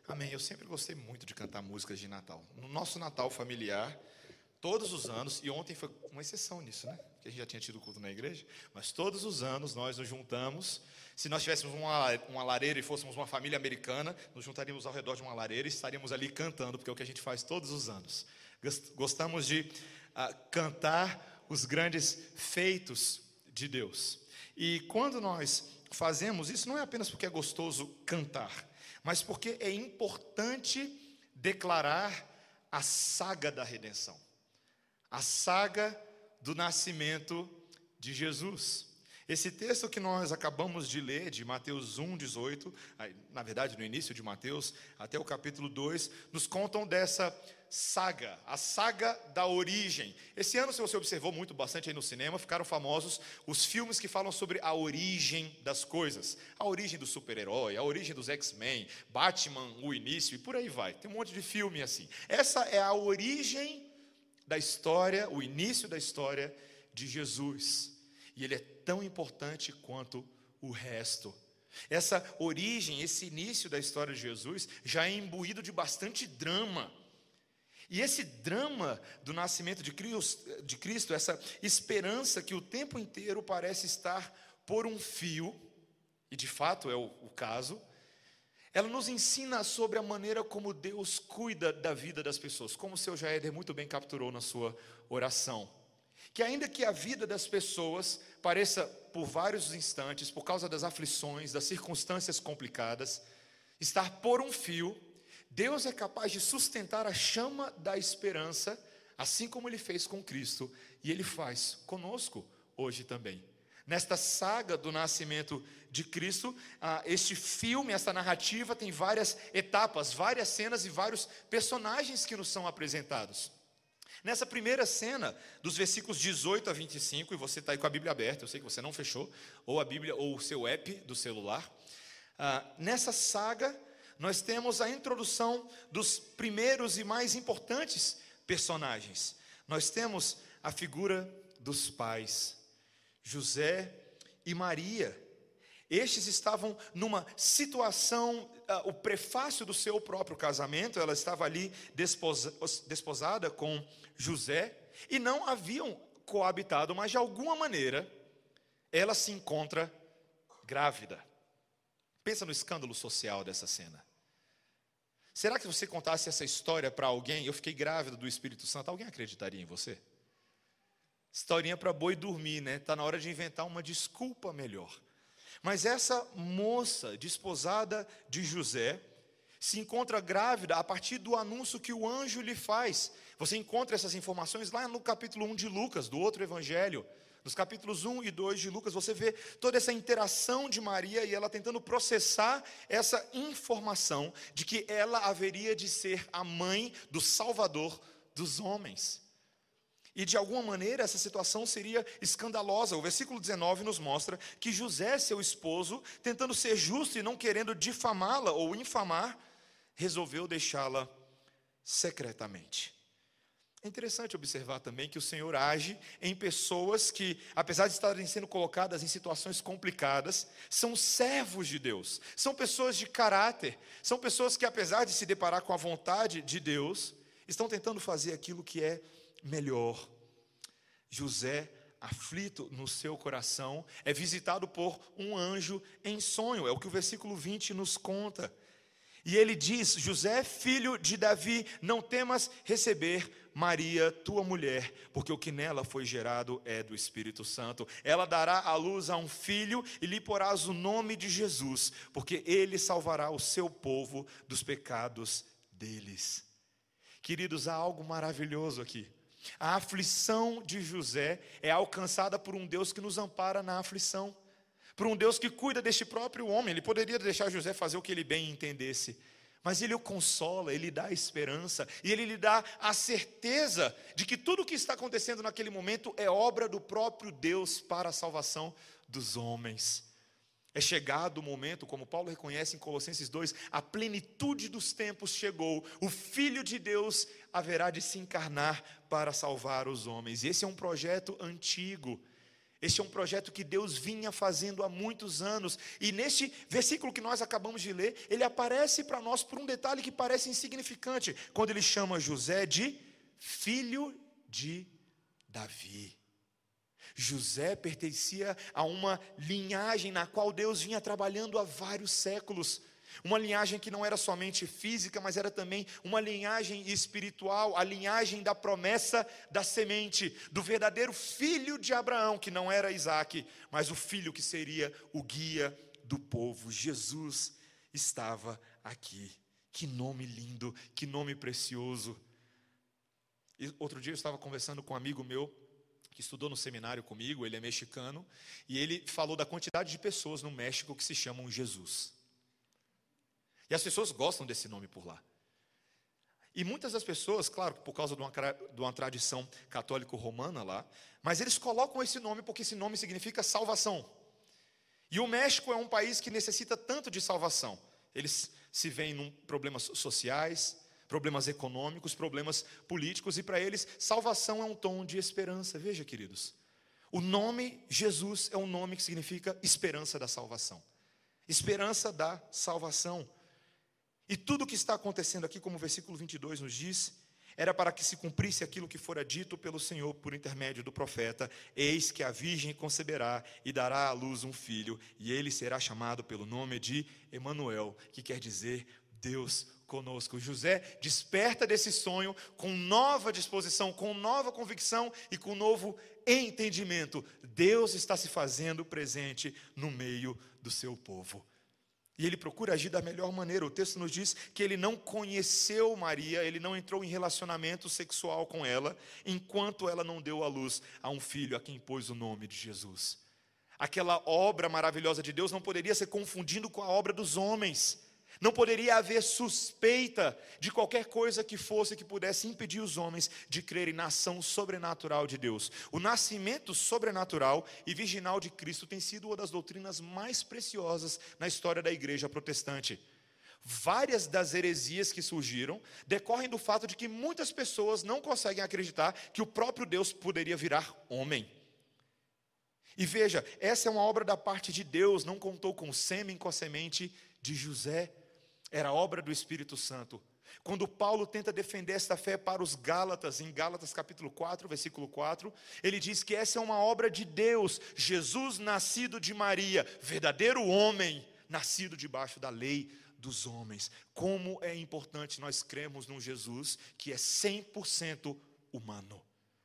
Amém. Eu sempre gostei muito de cantar músicas de Natal. No nosso Natal familiar, todos os anos, e ontem foi uma exceção nisso, né? Porque a gente já tinha tido culto na igreja, mas todos os anos nós nos juntamos. Se nós tivéssemos uma lareira e fôssemos uma família americana, nos juntaríamos ao redor de uma lareira e estaríamos ali cantando, porque é o que a gente faz todos os anos. Gostamos de cantar os grandes feitos de Deus. E quando nós fazemos isso, não é apenas porque é gostoso cantar, mas porque é importante declarar a saga da redenção, a saga do nascimento de Jesus. Esse texto que nós acabamos de ler, de Mateus 1:18, na verdade no início de Mateus, até o capítulo 2, nos contam dessa saga, a saga da origem. Esse ano, se você observou bastante aí no cinema, ficaram famosos os filmes que falam sobre a origem das coisas. A origem do super-herói, a origem dos X-Men, Batman, o início, e por aí vai. Tem um monte de filme assim. Essa é a origem da história, o início da história de Jesus. E ele é tão importante quanto o resto. Essa origem, esse início da história de Jesus já é imbuído de bastante drama. E esse drama do nascimento de Cristo, essa esperança que o tempo inteiro parece estar por um fio, e de fato é o caso, ela nos ensina sobre a maneira como Deus cuida da vida das pessoas, como o seu Jaéder muito bem capturou na sua oração. Que ainda que a vida das pessoas pareça, por vários instantes, por causa das aflições, das circunstâncias complicadas, estar por um fio, Deus é capaz de sustentar a chama da esperança, assim como Ele fez com Cristo, e Ele faz conosco hoje também. Nesta saga do nascimento de Cristo, este filme, esta narrativa tem várias etapas, várias cenas e vários personagens que nos são apresentados. Nessa primeira cena, dos versículos 18 a 25, e você está aí com a Bíblia aberta, eu sei que você não fechou, ou a Bíblia ou o seu app do celular. Nessa saga, nós temos a introdução dos primeiros e mais importantes personagens. Nós temos a figura dos pais, José e Maria. Estes estavam numa situação, o prefácio do seu próprio casamento, ela estava ali desposada com José, e não haviam coabitado, mas de alguma maneira, ela se encontra grávida. Pensa no escândalo social dessa cena. Será que se você contasse essa história para alguém, eu fiquei grávida do Espírito Santo, alguém acreditaria em você? Historinha para boi dormir, né? Está na hora de inventar uma desculpa melhor. Mas essa moça, desposada de José, se encontra grávida a partir do anúncio que o anjo lhe faz. Você encontra essas informações lá no capítulo 1 de Lucas, do outro evangelho. Nos capítulos 1 e 2 de Lucas, você vê toda essa interação de Maria e ela tentando processar essa informação de que ela haveria de ser a mãe do Salvador dos homens. E de alguma maneira essa situação seria escandalosa. O versículo 19 nos mostra que José, seu esposo, tentando ser justo e não querendo difamá-la ou infamar, resolveu deixá-la secretamente. É interessante observar também que o Senhor age em pessoas que, apesar de estarem sendo colocadas em situações complicadas, são servos de Deus, são pessoas de caráter, são pessoas que, apesar de se deparar com a vontade de Deus, estão tentando fazer aquilo que é melhor. José, aflito no seu coração, é visitado por um anjo em sonho, é o que o versículo 20 nos conta. E ele diz: José, filho de Davi, não temas receber Maria, tua mulher, porque o que nela foi gerado é do Espírito Santo. Ela dará à luz a um filho e lhe porás o nome de Jesus, porque ele salvará o seu povo dos pecados deles. Queridos, há algo maravilhoso aqui. A aflição de José é alcançada por um Deus que nos ampara na aflição, por um Deus que cuida deste próprio homem. Ele poderia deixar José fazer o que ele bem entendesse, mas ele o consola, ele dá esperança, e ele lhe dá a certeza de que tudo o que está acontecendo naquele momento é obra do próprio Deus para a salvação dos homens. É chegado o momento, como Paulo reconhece em Colossenses 2, a plenitude dos tempos chegou, o Filho de Deus haverá de se encarnar para salvar os homens. E esse é um projeto antigo. Este é um projeto que Deus vinha fazendo há muitos anos. E neste versículo que nós acabamos de ler, ele aparece para nós por um detalhe que parece insignificante, quando ele chama José de filho de Davi. José pertencia a uma linhagem na qual Deus vinha trabalhando há vários séculos. Uma linhagem que não era somente física, mas era também uma linhagem espiritual, a linhagem da promessa da semente, do verdadeiro filho de Abraão, que não era Isaque, mas o filho que seria o guia do povo. Jesus estava aqui. Que nome lindo, que nome precioso. E outro dia eu estava conversando com um amigo meu, que estudou no seminário comigo, ele é mexicano, e ele falou da quantidade de pessoas no México que se chamam Jesus. E as pessoas gostam desse nome por lá. E muitas das pessoas, claro, por causa de uma tradição católico-romana lá, mas eles colocam esse nome porque esse nome significa salvação. E o México é um país que necessita tanto de salvação. Eles se veem em problemas sociais, problemas econômicos, problemas políticos, e para eles salvação é um tom de esperança. Veja, queridos, o nome Jesus é um nome que significa esperança da salvação. Esperança da salvação. E tudo o que está acontecendo aqui, como o versículo 22 nos diz, era para que se cumprisse aquilo que fora dito pelo Senhor por intermédio do profeta: eis que a virgem conceberá e dará à luz um filho, e ele será chamado pelo nome de Emanuel, que quer dizer Deus conosco. José desperta desse sonho com nova disposição, com nova convicção e com novo entendimento. Deus está se fazendo presente no meio do seu povo. E ele procura agir da melhor maneira. O texto nos diz que ele não conheceu Maria, ele não entrou em relacionamento sexual com ela, enquanto ela não deu à luz a um filho a quem pôs o nome de Jesus. Aquela obra maravilhosa de Deus não poderia ser confundida com a obra dos homens. Não poderia haver suspeita de qualquer coisa que fosse que pudesse impedir os homens de crerem na ação sobrenatural de Deus. O nascimento sobrenatural e virginal de Cristo tem sido uma das doutrinas mais preciosas na história da igreja protestante. Várias das heresias que surgiram decorrem do fato de que muitas pessoas não conseguem acreditar que o próprio Deus poderia virar homem. E veja, essa é uma obra da parte de Deus, não contou com o sêmen, com a semente de José. Era obra do Espírito Santo. Quando Paulo tenta defender esta fé para os Gálatas, em Gálatas capítulo 4, versículo 4, ele diz que essa é uma obra de Deus, Jesus nascido de Maria, verdadeiro homem, nascido debaixo da lei dos homens. Como é importante nós crermos num Jesus que é 100% humano.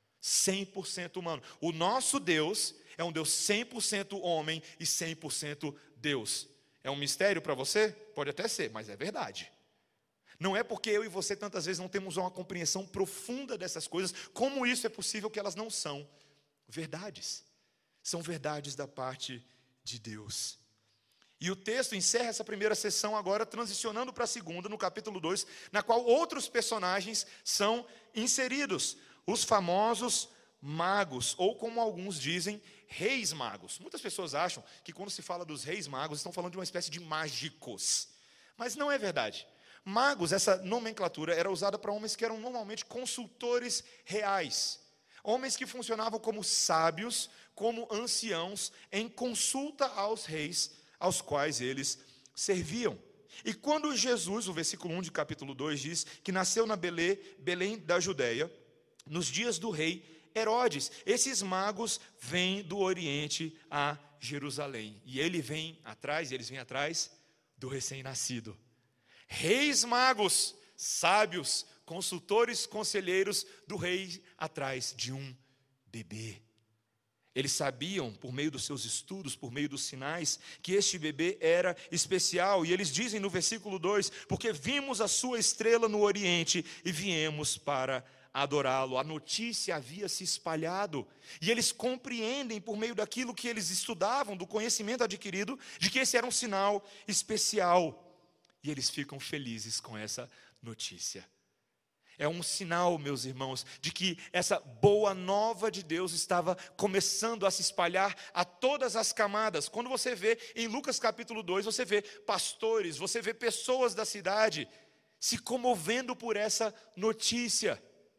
100% humano. O nosso Deus é um Deus 100% homem e 100% Deus. É um mistério para você? Pode até ser, mas é verdade. Não é porque eu e você tantas vezes não temos uma compreensão profunda dessas coisas, como isso é possível que elas não são verdades. São verdades da parte de Deus. E o texto encerra essa primeira sessão agora, transicionando para a segunda, no capítulo 2, na qual outros personagens são inseridos. Os famosos magos, ou como alguns dizem, reis magos. Muitas pessoas acham que quando se fala dos reis magos, estão falando de uma espécie de mágicos. Mas não é verdade. Magos, essa nomenclatura era usada para homens que eram normalmente consultores reais. Homens que funcionavam como sábios, como anciãos, em consulta aos reis, aos quais eles serviam. E quando Jesus, o versículo 1 de capítulo 2 diz que nasceu na Belém da Judéia, nos dias do rei Herodes, esses magos vêm do Oriente a Jerusalém. E eles vêm atrás do recém-nascido. Reis magos, sábios, consultores, conselheiros do rei atrás de um bebê. Eles sabiam, por meio dos seus estudos, por meio dos sinais, que este bebê era especial. E eles dizem no versículo 2, porque vimos a sua estrela no Oriente e viemos para adorá-lo. A notícia havia se espalhado. E eles compreendem, por meio daquilo que eles estudavam, do conhecimento adquirido, de que esse era um sinal especial. E eles ficam felizes com essa notícia. É um sinal, meus irmãos, de que essa boa nova de Deus estava começando a se espalhar a todas as camadas. Quando você vê em Lucas capítulo 2, você vê pastores, você vê pessoas da cidade se comovendo por essa notícia.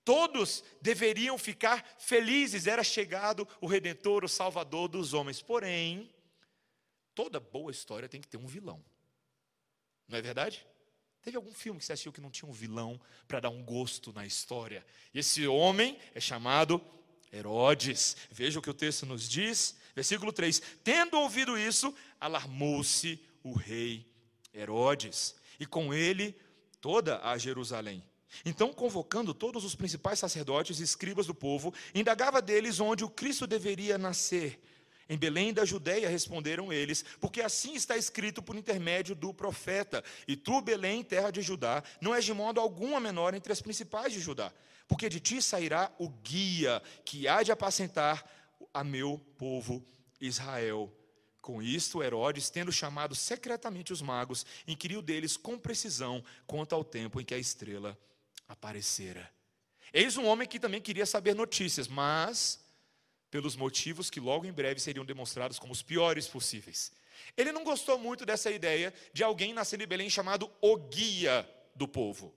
Todos deveriam ficar felizes, era chegado o Redentor, o Salvador dos homens. Porém, toda boa história tem que ter um vilão. Não é verdade? Teve algum filme que você assistiu que não tinha um vilão para dar um gosto na história? E esse homem é chamado Herodes. Veja o que o texto nos diz, versículo 3. Tendo ouvido isso, alarmou-se o rei Herodes, e com ele toda a Jerusalém. Então, convocando todos os principais sacerdotes e escribas do povo, indagava deles onde o Cristo deveria nascer. Em Belém da Judeia, responderam eles, porque assim está escrito por intermédio do profeta: e tu, Belém, terra de Judá, não és de modo algum a menor entre as principais de Judá, porque de ti sairá o guia que há de apacentar a meu povo Israel. Com isto, Herodes, tendo chamado secretamente os magos, inquiriu deles com precisão quanto ao tempo em que a estrela aparecera. Eis um homem que também queria saber notícias, mas pelos motivos que logo em breve seriam demonstrados como os piores possíveis. Ele não gostou muito dessa ideia de alguém nascer em Belém chamado o guia do povo.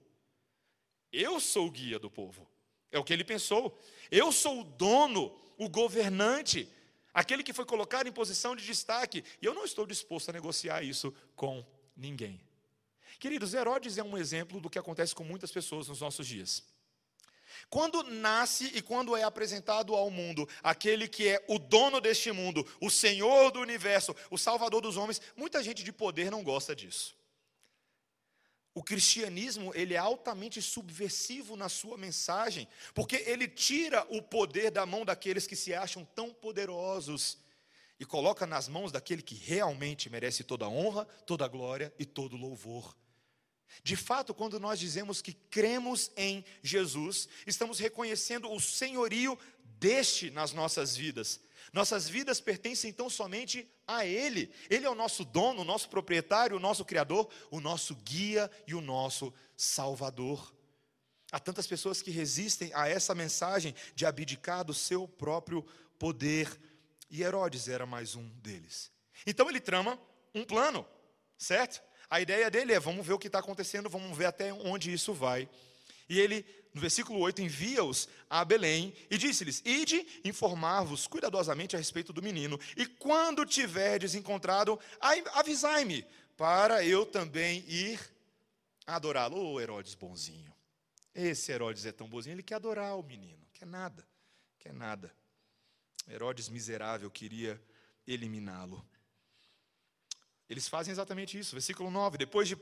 Eu sou o guia do povo. É o que ele pensou. Eu sou o dono, o governante, aquele que foi colocado em posição de destaque. E eu não estou disposto a negociar isso com ninguém. Queridos, Herodes é um exemplo do que acontece com muitas pessoas nos nossos dias. Quando nasce e quando é apresentado ao mundo aquele que é o dono deste mundo, o Senhor do universo, o Salvador dos homens, muita gente de poder não gosta disso. O cristianismo, ele é altamente subversivo na sua mensagem, porque ele tira o poder da mão daqueles que se acham tão poderosos e coloca nas mãos daquele que realmente merece toda a honra, toda a glória e todo o louvor. De fato, quando nós dizemos que cremos em Jesus, estamos reconhecendo o senhorio deste nas nossas vidas. Nossas vidas pertencem então somente a Ele. Ele é o nosso dono, o nosso proprietário, o nosso criador, o nosso guia e o nosso salvador. Há tantas pessoas que resistem a essa mensagem de abdicar do seu próprio poder. E Herodes era mais um deles. Então ele trama um plano, certo? A ideia dele é, vamos ver o que está acontecendo, vamos ver até onde isso vai. E ele, no versículo 8, envia-os a Belém e disse-lhes: ide informar-vos cuidadosamente a respeito do menino, e quando tiverdes encontrado, avisai-me, para eu também ir adorá-lo. Ô, Herodes bonzinho. Esse Herodes é tão bonzinho, ele quer adorar o menino, quer nada. Herodes miserável queria eliminá-lo. Eles fazem exatamente isso, versículo 9, depois de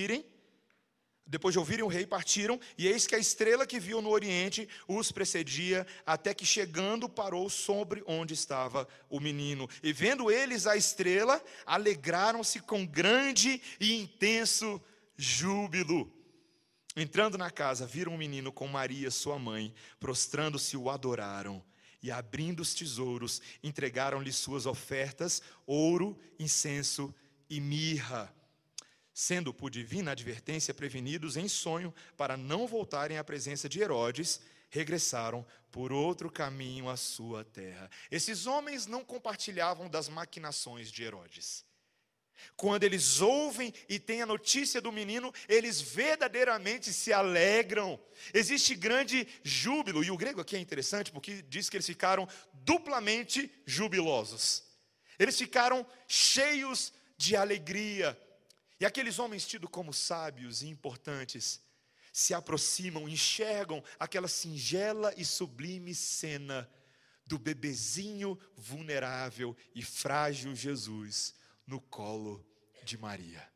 ouvirem o rei, partiram, e eis que a estrela que viu no oriente os precedia, até que chegando parou sobre onde estava o menino. E vendo eles a estrela, alegraram-se com grande e intenso júbilo. Entrando na casa, viram o menino com Maria, sua mãe, prostrando-se o adoraram. E abrindo os tesouros, entregaram-lhe suas ofertas, ouro, incenso e mirra, sendo por divina advertência prevenidos em sonho para não voltarem à presença de Herodes, regressaram por outro caminho à sua terra. Esses homens não compartilhavam das maquinações de Herodes. Quando eles ouvem e têm a notícia do menino, eles verdadeiramente se alegram. Existe grande júbilo, e o grego aqui é interessante porque diz que eles ficaram duplamente jubilosos. Eles ficaram cheios de alegria. E aqueles homens tidos como sábios e importantes se aproximam, enxergam aquela singela e sublime cena do bebezinho vulnerável e frágil Jesus no colo de Maria.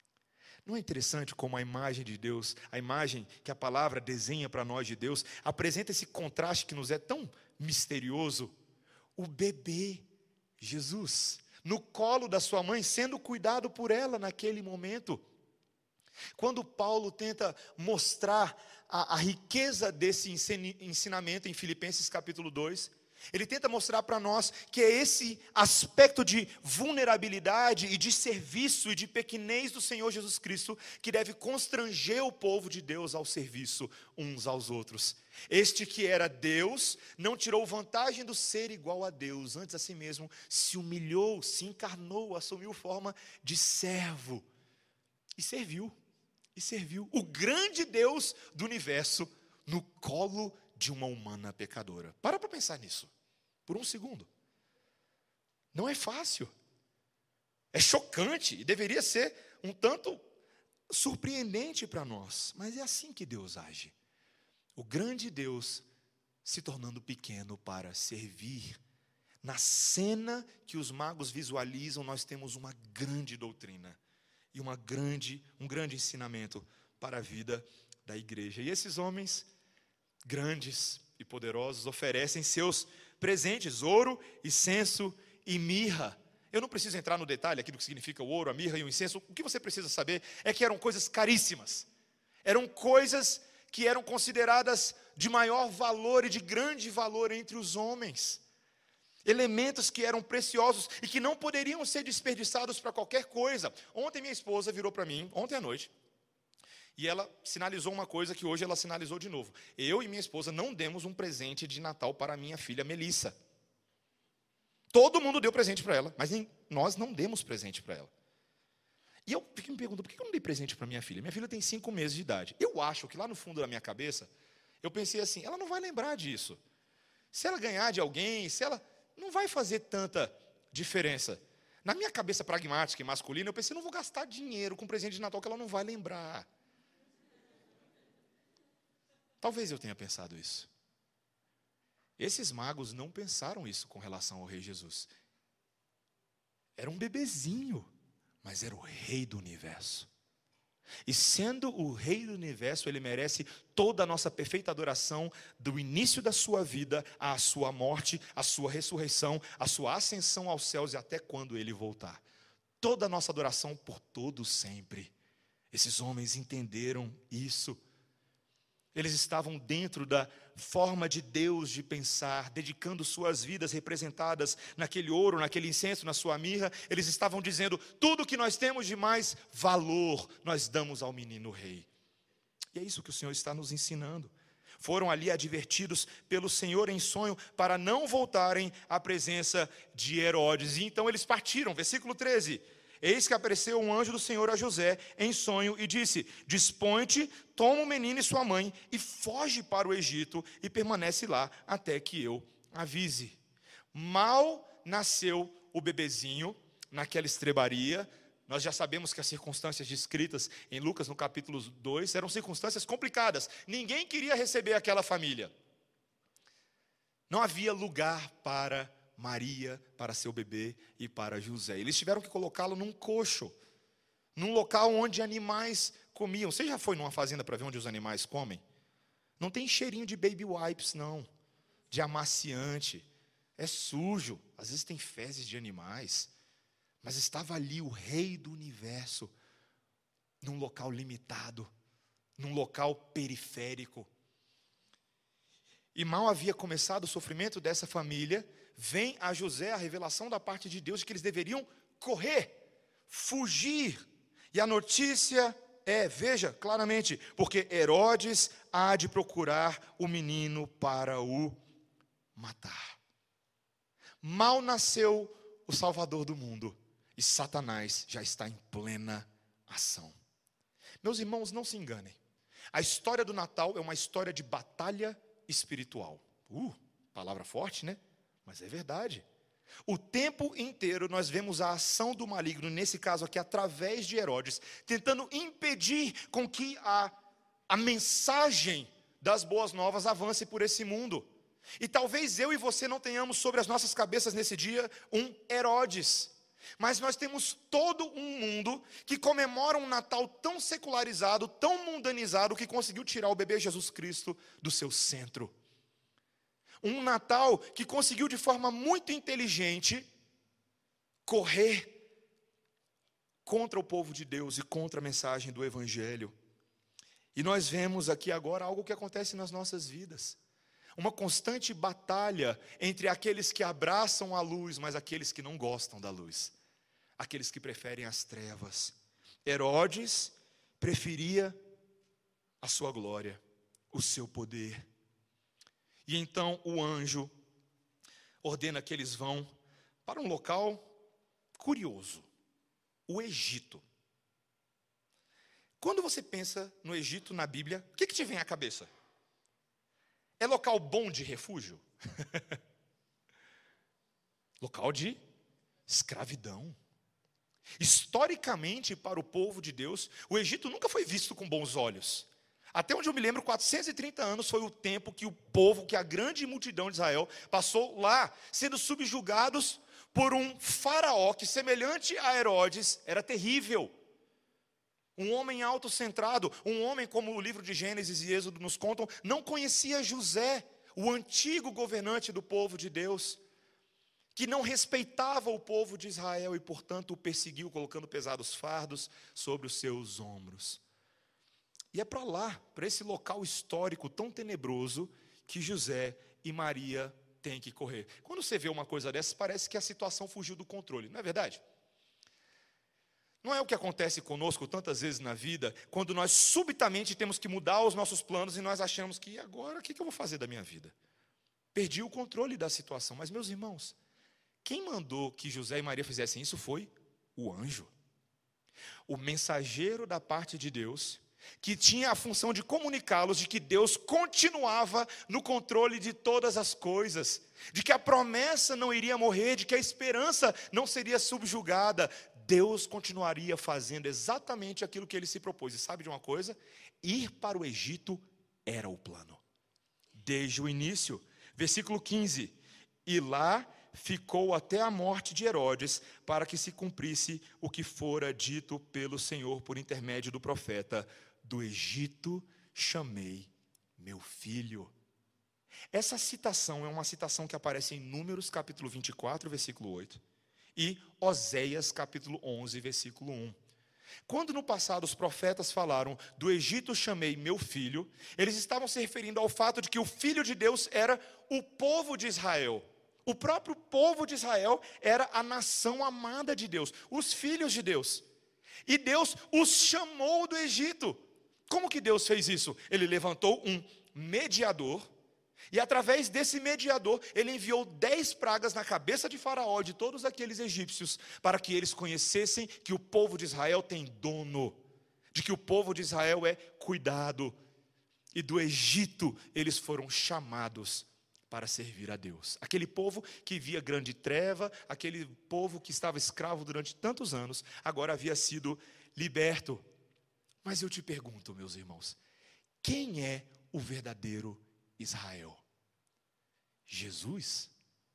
Não é interessante como a imagem de Deus, a imagem que a palavra desenha para nós de Deus, apresenta esse contraste que nos é tão misterioso? O bebê Jesus no colo da sua mãe, sendo cuidado por ela naquele momento. Quando Paulo tenta mostrar a riqueza desse ensinamento em Filipenses capítulo 2, ele tenta mostrar para nós que é esse aspecto de vulnerabilidade e de serviço e de pequenez do Senhor Jesus Cristo que deve constranger o povo de Deus ao serviço uns aos outros. Este que era Deus não tirou vantagem do ser igual a Deus, antes a si mesmo se humilhou, se encarnou, assumiu forma de servo e serviu. O grande Deus do universo no colo de uma humana pecadora. Para pensar nisso, por um segundo. Não é fácil. É chocante e deveria ser um tanto surpreendente para nós. Mas é assim que Deus age. O grande Deus se tornando pequeno para servir. Na cena que os magos visualizam, nós temos uma grande doutrina e um grande ensinamento para a vida da igreja. E esses homens grandes e poderosos oferecem seus presentes, ouro, incenso e mirra. Eu não preciso entrar no detalhe aqui do que significa o ouro, a mirra e o incenso. O que você precisa saber é que eram coisas caríssimas. Eram coisas que eram consideradas de maior valor e de grande valor entre os homens. Elementos que eram preciosos e que não poderiam ser desperdiçados para qualquer coisa. Ontem minha esposa virou para mim, ontem à noite, e ela sinalizou uma coisa que hoje ela sinalizou de novo. Eu e minha esposa não demos um presente de Natal para a minha filha Melissa. Todo mundo deu presente para ela, mas nós não demos presente para ela. E eu fiquei me perguntando, por que eu não dei presente para minha filha? Minha filha tem 5 meses de idade. Eu acho que lá no fundo da minha cabeça, eu pensei assim, ela não vai lembrar disso. Se ela ganhar de alguém, não vai fazer tanta diferença. Na minha cabeça pragmática e masculina, eu pensei, não vou gastar dinheiro com presente de Natal que ela não vai lembrar. Talvez eu tenha pensado isso. Esses magos não pensaram isso com relação ao rei Jesus. Era um bebezinho, mas era o rei do universo. E sendo o rei do universo, ele merece toda a nossa perfeita adoração, do início da sua vida, à sua morte, à sua ressurreição, à sua ascensão aos céus e até quando ele voltar. Toda a nossa adoração por todo sempre. Esses homens entenderam isso. Eles estavam dentro da forma de Deus de pensar, dedicando suas vidas representadas naquele ouro, naquele incenso, na sua mirra. Eles estavam dizendo, tudo que nós temos de mais valor, nós damos ao menino rei. E é isso que o Senhor está nos ensinando. Foram ali advertidos pelo Senhor em sonho para não voltarem à presença de Herodes. E então eles partiram, versículo 13. Eis que apareceu um anjo do Senhor a José em sonho e disse, dispõe-te, toma o menino e sua mãe e foge para o Egito e permanece lá até que eu avise. Mal nasceu o bebezinho naquela estrebaria. Nós já sabemos que as circunstâncias descritas em Lucas no capítulo 2 eram circunstâncias complicadas. Ninguém queria receber aquela família. Não havia lugar para Maria, para seu bebê e para José. Eles tiveram que colocá-lo num coxo, num local onde animais comiam. Você já foi numa fazenda para ver onde os animais comem? Não tem cheirinho de baby wipes, não, de amaciante. É sujo, às vezes tem fezes de animais. Mas estava ali o rei do universo, num local limitado, num local periférico. E mal havia começado o sofrimento dessa família, vem a José a revelação da parte de Deus de que eles deveriam correr, fugir. E a notícia é, veja claramente, porque Herodes há de procurar o menino para o matar. Mal nasceu o Salvador do mundo e Satanás já está em plena ação. Meus irmãos, não se enganem. A história do Natal é uma história de batalha espiritual. Palavra forte, né? Mas é verdade. O tempo inteiro nós vemos a ação do maligno, nesse caso aqui, através de Herodes, tentando impedir com que a mensagem das boas novas avance por esse mundo. E talvez eu e você não tenhamos sobre as nossas cabeças nesse dia um Herodes. Mas nós temos todo um mundo que comemora um Natal tão secularizado, tão mundanizado, que conseguiu tirar o bebê Jesus Cristo do seu centro. Um Natal que conseguiu de forma muito inteligente correr contra o povo de Deus e contra a mensagem do Evangelho. E nós vemos aqui agora algo que acontece nas nossas vidas. Uma constante batalha entre aqueles que abraçam a luz, mas aqueles que não gostam da luz. Aqueles que preferem as trevas. Herodes preferia a sua glória, o seu poder. E então o anjo ordena que eles vão para um local curioso, o Egito. Quando você pensa no Egito na Bíblia, o que te vem à cabeça? É local bom de refúgio? Local de escravidão. Historicamente, para o povo de Deus, o Egito nunca foi visto com bons olhos. Até onde eu me lembro, 430 anos foi o tempo que o povo, que a grande multidão de Israel, passou lá, sendo subjugados por um faraó que, semelhante a Herodes, era terrível. Um homem autocentrado, um homem, como o livro de Gênesis e Êxodo nos contam, não conhecia José, o antigo governante do povo de Deus, que não respeitava o povo de Israel e, portanto, o perseguiu, colocando pesados fardos sobre os seus ombros. E é para lá, para esse local histórico tão tenebroso, que José e Maria têm que correr. Quando você vê uma coisa dessas, parece que a situação fugiu do controle, não é verdade? Não é o que acontece conosco tantas vezes na vida, quando nós subitamente temos que mudar os nossos planos e nós achamos que agora, o que eu vou fazer da minha vida? Perdi o controle da situação. Mas, meus irmãos, quem mandou que José e Maria fizessem isso foi o anjo. O mensageiro da parte de Deus, que tinha a função de comunicá-los de que Deus continuava no controle de todas as coisas, de que a promessa não iria morrer, de que a esperança não seria subjugada. Deus continuaria fazendo exatamente aquilo que ele se propôs. E sabe de uma coisa? Ir para o Egito era o plano. Desde o início. Versículo 15. E lá ficou até a morte de Herodes, para que se cumprisse o que fora dito pelo Senhor por intermédio do profeta: do Egito chamei meu filho. Essa citação é uma citação que aparece em Números capítulo 24, versículo 8, e Oséias capítulo 11, versículo 1. Quando no passado os profetas falaram do Egito chamei meu filho, eles estavam se referindo ao fato de que o filho de Deus era o povo de Israel. O próprio povo de Israel era a nação amada de Deus, os filhos de Deus. E Deus os chamou do Egito. Como que Deus fez isso? Ele levantou um mediador, e através desse mediador, ele enviou 10 pragas na cabeça de Faraó, de todos aqueles egípcios, para que eles conhecessem que o povo de Israel tem dono, de que o povo de Israel é cuidado. E do Egito eles foram chamados para servir a Deus. Aquele povo que via grande treva, aquele povo que estava escravo durante tantos anos, agora havia sido liberto. Mas eu te pergunto, meus irmãos, quem é o verdadeiro Israel? Jesus.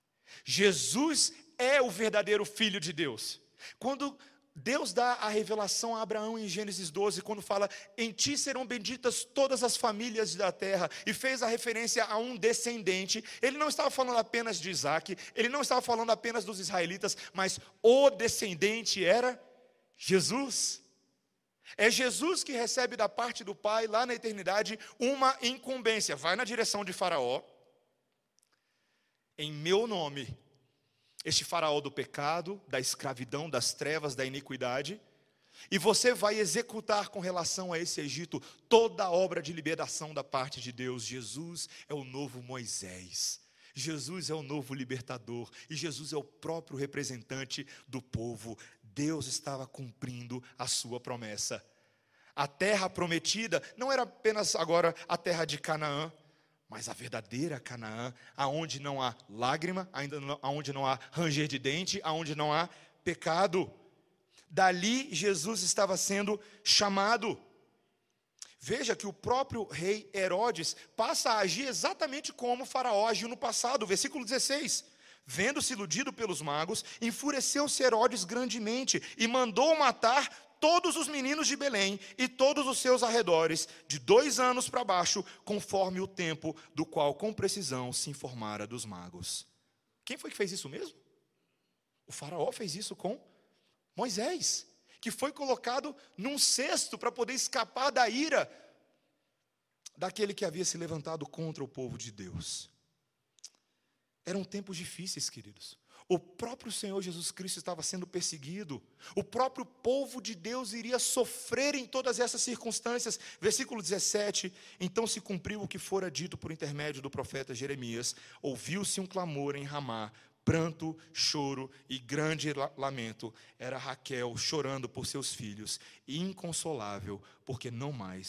Jesus é o verdadeiro Filho de Deus. Quando Deus dá a revelação a Abraão em Gênesis 12, quando fala, em ti serão benditas todas as famílias da terra, e fez a referência a um descendente, ele não estava falando apenas de Isaac, ele não estava falando apenas dos israelitas, mas o descendente era Jesus. É Jesus que recebe da parte do Pai, lá na eternidade, uma incumbência. Vai na direção de Faraó, em meu nome, este faraó do pecado, da escravidão, das trevas, da iniquidade, e você vai executar com relação a esse Egito toda a obra de libertação da parte de Deus. Jesus é o novo Moisés, Jesus é o novo libertador, e Jesus é o próprio representante do povo. Deus estava cumprindo a sua promessa. A terra prometida não era apenas agora a terra de Canaã, mas a verdadeira Canaã, aonde não há lágrima, aonde não há ranger de dente, aonde não há pecado. Dali Jesus estava sendo chamado. Veja que o próprio rei Herodes passa a agir exatamente como o faraó agiu no passado. Versículo 16. Vendo-se iludido pelos magos, enfureceu-se Herodes grandemente e mandou matar todos os meninos de Belém e todos os seus arredores, de 2 anos para baixo, conforme o tempo do qual com precisão se informara dos magos. Quem foi que fez isso mesmo? O faraó fez isso com Moisés, que foi colocado num cesto para poder escapar da ira daquele que havia se levantado contra o povo de Deus. Eram tempos difíceis, queridos. O próprio Senhor Jesus Cristo estava sendo perseguido. O próprio povo de Deus iria sofrer em todas essas circunstâncias. Versículo 17. Então se cumpriu o que fora dito por intermédio do profeta Jeremias. Ouviu-se um clamor em Ramá, pranto, choro e grande lamento. Era Raquel chorando por seus filhos, e inconsolável, porque não mais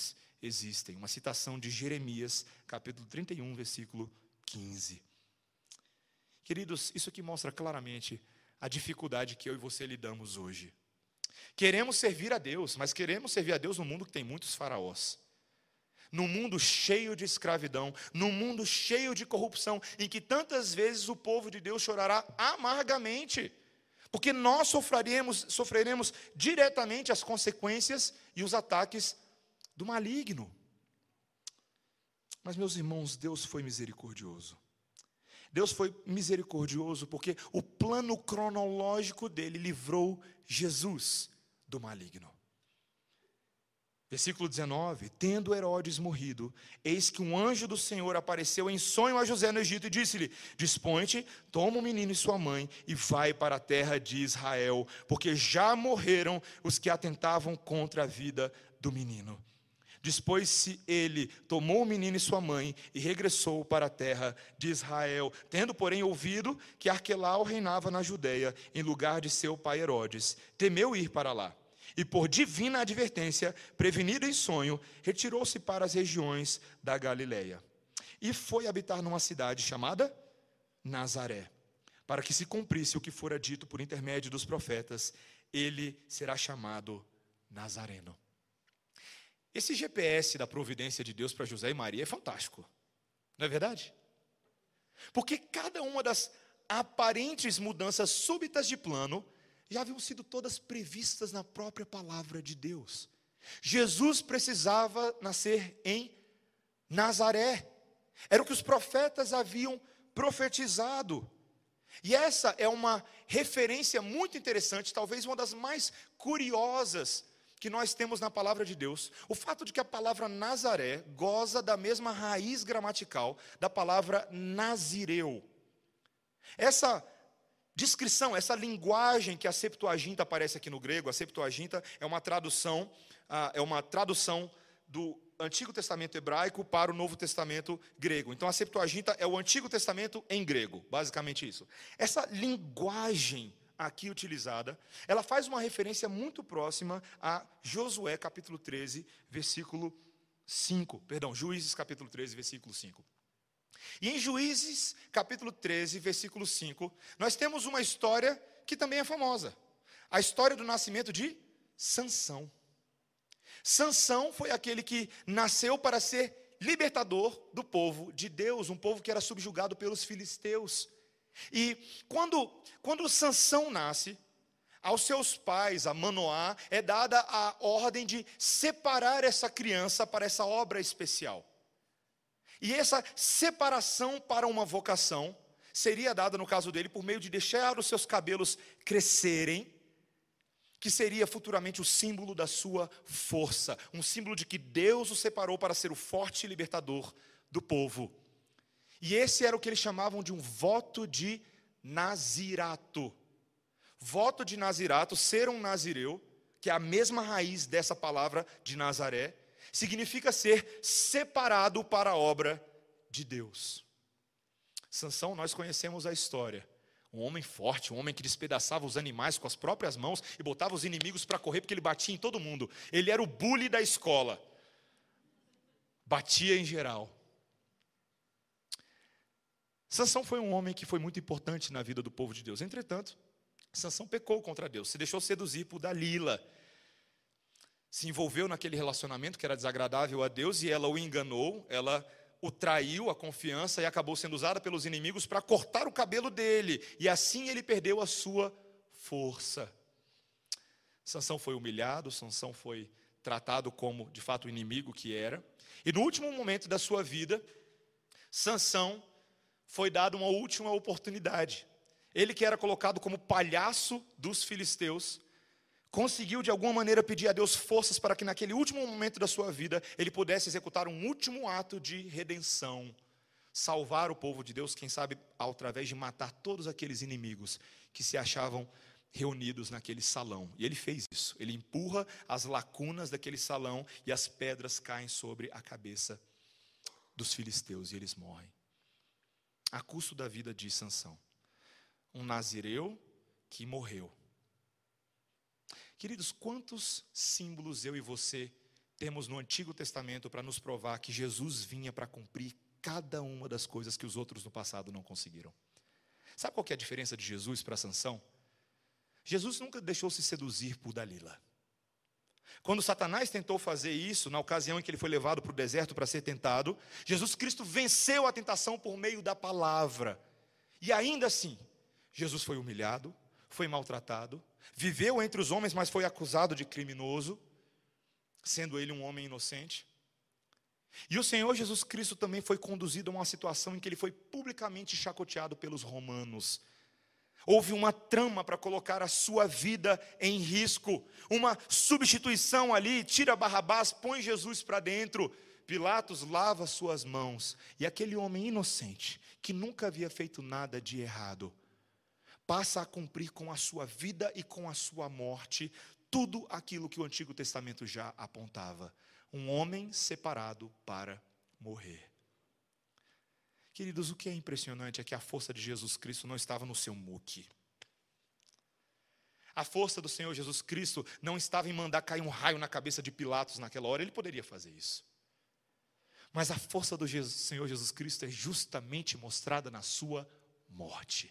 existem. Uma citação de Jeremias, capítulo 31, versículo 15. Queridos, isso aqui mostra claramente a dificuldade que eu e você lidamos hoje. Queremos servir a Deus, mas queremos servir a Deus num mundo que tem muitos faraós. Num mundo cheio de escravidão, num mundo cheio de corrupção, em que tantas vezes o povo de Deus chorará amargamente, porque nós sofreremos diretamente as consequências e os ataques do maligno. Mas, meus irmãos, Deus foi misericordioso. Deus foi misericordioso porque o plano cronológico dele livrou Jesus do maligno. Versículo 19: tendo Herodes morrido, eis que um anjo do Senhor apareceu em sonho a José no Egito e disse-lhe: dispõe-te, toma o menino e sua mãe e vai para a terra de Israel, porque já morreram os que atentavam contra a vida do menino. Dispôs-se ele, tomou o menino e sua mãe e regressou para a terra de Israel, tendo, porém, ouvido que Arquelau reinava na Judeia, em lugar de seu pai Herodes. Temeu ir para lá. E por divina advertência, prevenido em sonho, retirou-se para as regiões da Galileia. E foi habitar numa cidade chamada Nazaré, para que se cumprisse o que fora dito por intermédio dos profetas: ele será chamado Nazareno. Esse GPS da providência de Deus para José e Maria é fantástico, não é verdade? Porque cada uma das aparentes mudanças súbitas de plano já haviam sido todas previstas na própria palavra de Deus. Jesus precisava nascer em Nazaré. Era o que os profetas haviam profetizado. E essa é uma referência muito interessante, talvez uma das mais curiosas que nós temos na palavra de Deus. O fato de que a palavra Nazaré goza da mesma raiz gramatical da palavra Nazireu. Essa descrição, essa linguagem que a Septuaginta aparece aqui no grego, a Septuaginta é uma tradução do Antigo Testamento hebraico para o Novo Testamento grego. Então a Septuaginta é o Antigo Testamento em grego, basicamente isso. Essa linguagem aqui utilizada, ela faz uma referência muito próxima a Josué capítulo 13, versículo 5, Juízes capítulo 13, versículo 5. E em Juízes capítulo 13, versículo 5, nós temos uma história que também é famosa. A história do nascimento de Sansão. Sansão foi aquele que nasceu para ser libertador do povo de Deus, um povo que era subjugado pelos filisteus. E quando Sansão nasce, aos seus pais, a Manoá, é dada a ordem de separar essa criança para essa obra especial. E essa separação para uma vocação seria dada, no caso dele, por meio de deixar os seus cabelos crescerem, que seria futuramente o símbolo da sua força, um símbolo de que Deus o separou para ser o forte libertador do povo. E esse era o que eles chamavam de um voto de nazirato. Voto de nazirato, ser um nazireu, que é a mesma raiz dessa palavra de Nazaré, significa ser separado para a obra de Deus. Sansão, nós conhecemos a história. Um homem forte, um homem que despedaçava os animais com as próprias mãos e botava os inimigos para correr, porque ele batia em todo mundo. Ele era o bully da escola. Batia em geral. Sansão foi um homem que foi muito importante na vida do povo de Deus. Entretanto, Sansão pecou contra Deus, se deixou seduzir por Dalila. Se envolveu naquele relacionamento que era desagradável a Deus e ela o enganou, ela o traiu a confiança e acabou sendo usada pelos inimigos para cortar o cabelo dele. E assim ele perdeu a sua força. Sansão foi humilhado, Sansão foi tratado como, de fato, o inimigo que era. E no último momento da sua vida, Sansão foi dado uma última oportunidade. Ele que era colocado como palhaço dos filisteus, conseguiu de alguma maneira pedir a Deus forças para que naquele último momento da sua vida, ele pudesse executar um último ato de redenção, salvar o povo de Deus, quem sabe através de matar todos aqueles inimigos que se achavam reunidos naquele salão. E ele fez isso, ele empurra as lacunas daquele salão e as pedras caem sobre a cabeça dos filisteus e eles morrem. A custo da vida de Sansão, um nazireu que morreu. Queridos, quantos símbolos eu e você temos no Antigo Testamento para nos provar que Jesus vinha para cumprir cada uma das coisas que os outros no passado não conseguiram. Sabe qual que é a diferença de Jesus para Sansão? Jesus nunca deixou se seduzir por Dalila. Quando Satanás tentou fazer isso, na ocasião em que ele foi levado para o deserto para ser tentado, Jesus Cristo venceu a tentação por meio da palavra. E ainda assim, Jesus foi humilhado, foi maltratado, viveu entre os homens, mas foi acusado de criminoso, sendo ele um homem inocente. E o Senhor Jesus Cristo também foi conduzido a uma situação em que ele foi publicamente chacoteado pelos romanos. Houve uma trama para colocar a sua vida em risco, uma substituição ali, tira Barrabás, põe Jesus para dentro. Pilatos lava suas mãos, e aquele homem inocente, que nunca havia feito nada de errado, passa a cumprir com a sua vida e com a sua morte, tudo aquilo que o Antigo Testamento já apontava. Um homem separado para morrer. Queridos, o que é impressionante é que a força de Jesus Cristo não estava no seu muque. A força do Senhor Jesus Cristo não estava em mandar cair um raio na cabeça de Pilatos naquela hora. Ele poderia fazer isso. Mas a força do Senhor Jesus Cristo é justamente mostrada na sua morte.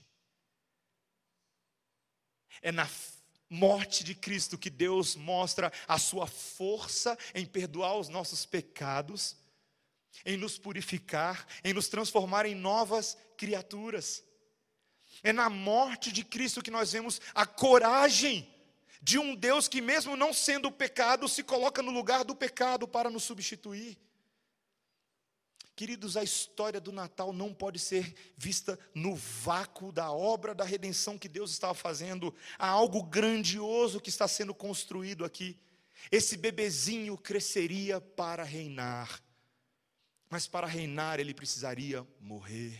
É na morte de Cristo que Deus mostra a sua força em perdoar os nossos pecados, em nos purificar, em nos transformar em novas criaturas. É na morte de Cristo que nós vemos a coragem de um Deus que, mesmo não sendo pecado, se coloca no lugar do pecado para nos substituir. Queridos, a história do Natal não pode ser vista no vácuo da obra da redenção que Deus estava fazendo. Há algo grandioso que está sendo construído aqui. Esse bebezinho cresceria para reinar. Mas para reinar ele precisaria morrer.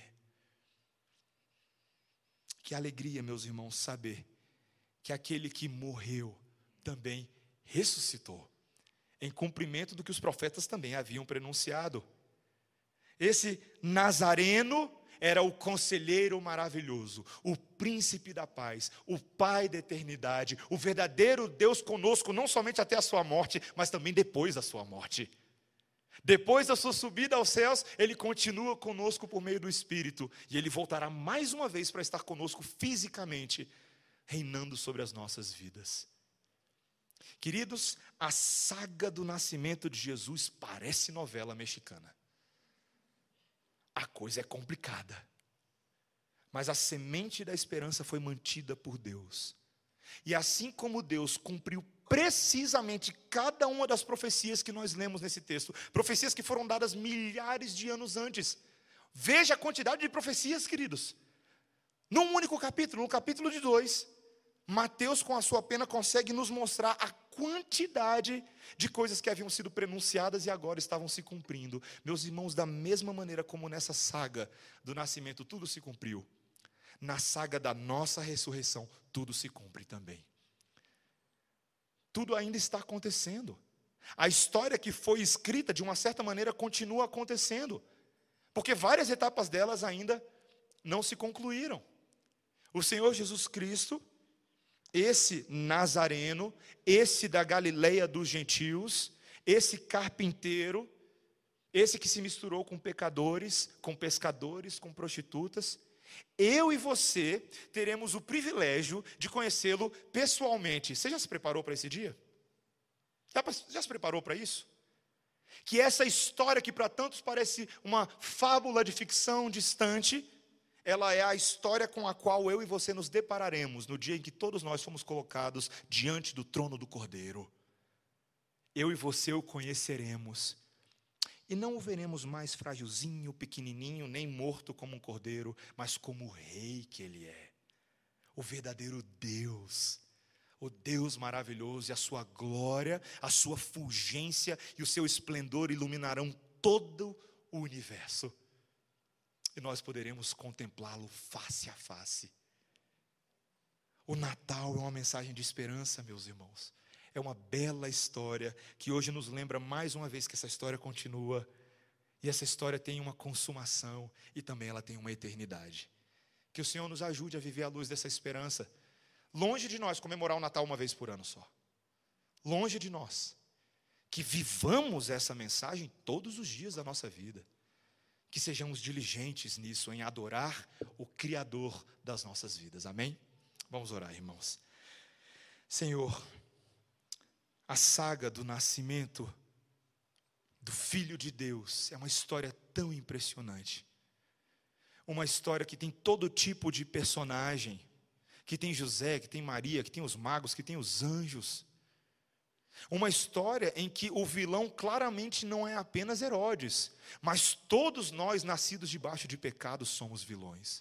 Que alegria, meus irmãos, saber que aquele que morreu também ressuscitou, em cumprimento do que os profetas também haviam pronunciado. Esse Nazareno era o conselheiro maravilhoso, o príncipe da paz, o pai da eternidade, o verdadeiro Deus conosco, não somente até a sua morte, mas também depois da sua morte. Depois da sua subida aos céus, ele continua conosco por meio do Espírito, e ele voltará mais uma vez para estar conosco fisicamente, reinando sobre as nossas vidas. Queridos, a saga do nascimento de Jesus parece novela mexicana. A coisa é complicada, mas a semente da esperança foi mantida por Deus. E assim como Deus cumpriu precisamente cada uma das profecias que nós lemos nesse texto, profecias que foram dadas milhares de anos antes. Veja a quantidade de profecias, queridos. Num único capítulo, no capítulo de 2, Mateus, com a sua pena, consegue nos mostrar a quantidade de coisas que haviam sido pronunciadas e agora estavam se cumprindo. Meus irmãos, da mesma maneira como nessa saga do nascimento tudo se cumpriu, na saga da nossa ressurreição tudo se cumpre também. Tudo ainda está acontecendo. A história que foi escrita, de uma certa maneira, continua acontecendo, porque várias etapas delas ainda não se concluíram. O Senhor Jesus Cristo, esse Nazareno, esse da Galileia dos gentios, esse carpinteiro, esse que se misturou com pecadores, com pescadores, com prostitutas, eu e você teremos o privilégio de conhecê-lo pessoalmente. Você já se preparou para esse dia? Já se preparou para isso? Que essa história que para tantos parece uma fábula de ficção distante, ela é a história com a qual eu e você nos depararemos no dia em que todos nós fomos colocados diante do trono do Cordeiro. Eu e você o conheceremos. E não o veremos mais frágilzinho, pequenininho, nem morto como um cordeiro, mas como o rei que ele é. O verdadeiro Deus. O Deus maravilhoso, e a sua glória, a sua fulgência e o seu esplendor iluminarão todo o universo. E nós poderemos contemplá-lo face a face. O Natal é uma mensagem de esperança, meus irmãos. É uma bela história que hoje nos lembra mais uma vez que essa história continua. E essa história tem uma consumação e também ela tem uma eternidade. Que o Senhor nos ajude a viver à luz dessa esperança. Longe de nós comemorar o Natal uma vez por ano só. Longe de nós. que vivamos essa mensagem todos os dias da nossa vida. Que sejamos diligentes nisso, em adorar o Criador das nossas vidas. Amém? Vamos orar, irmãos. Senhor, a saga do nascimento do Filho de Deus é uma história tão impressionante. Uma história que tem todo tipo de personagem, que tem José, que tem Maria, que tem os magos, que tem os anjos. Uma história em que o vilão claramente não é apenas Herodes, mas todos nós, nascidos debaixo de pecado, somos vilões.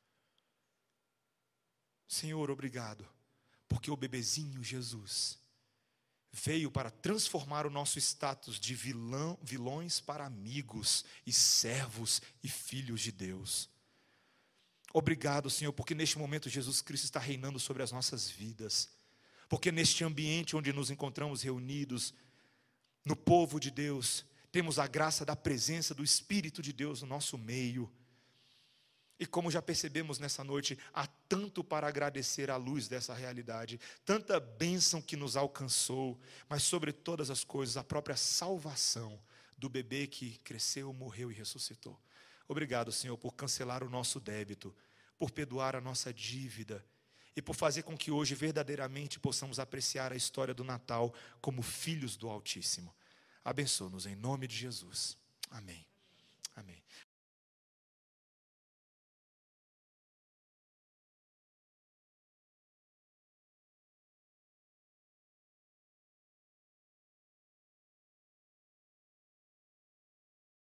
Senhor, obrigado, porque o bebezinho Jesus veio para transformar o nosso status de vilões para amigos e servos e filhos de Deus. Obrigado, Senhor, porque neste momento Jesus Cristo está reinando sobre as nossas vidas. Porque neste ambiente onde nos encontramos reunidos, no povo de Deus, temos a graça da presença do Espírito de Deus no nosso meio. E como já percebemos nessa noite, há tanto para agradecer à luz dessa realidade, tanta bênção que nos alcançou, mas sobre todas as coisas, a própria salvação do bebê que cresceu, morreu e ressuscitou. Obrigado, Senhor, por cancelar o nosso débito, por perdoar a nossa dívida, e por fazer com que hoje verdadeiramente possamos apreciar a história do Natal como filhos do Altíssimo. Abençoa-nos em nome de Jesus. Amém. Amém.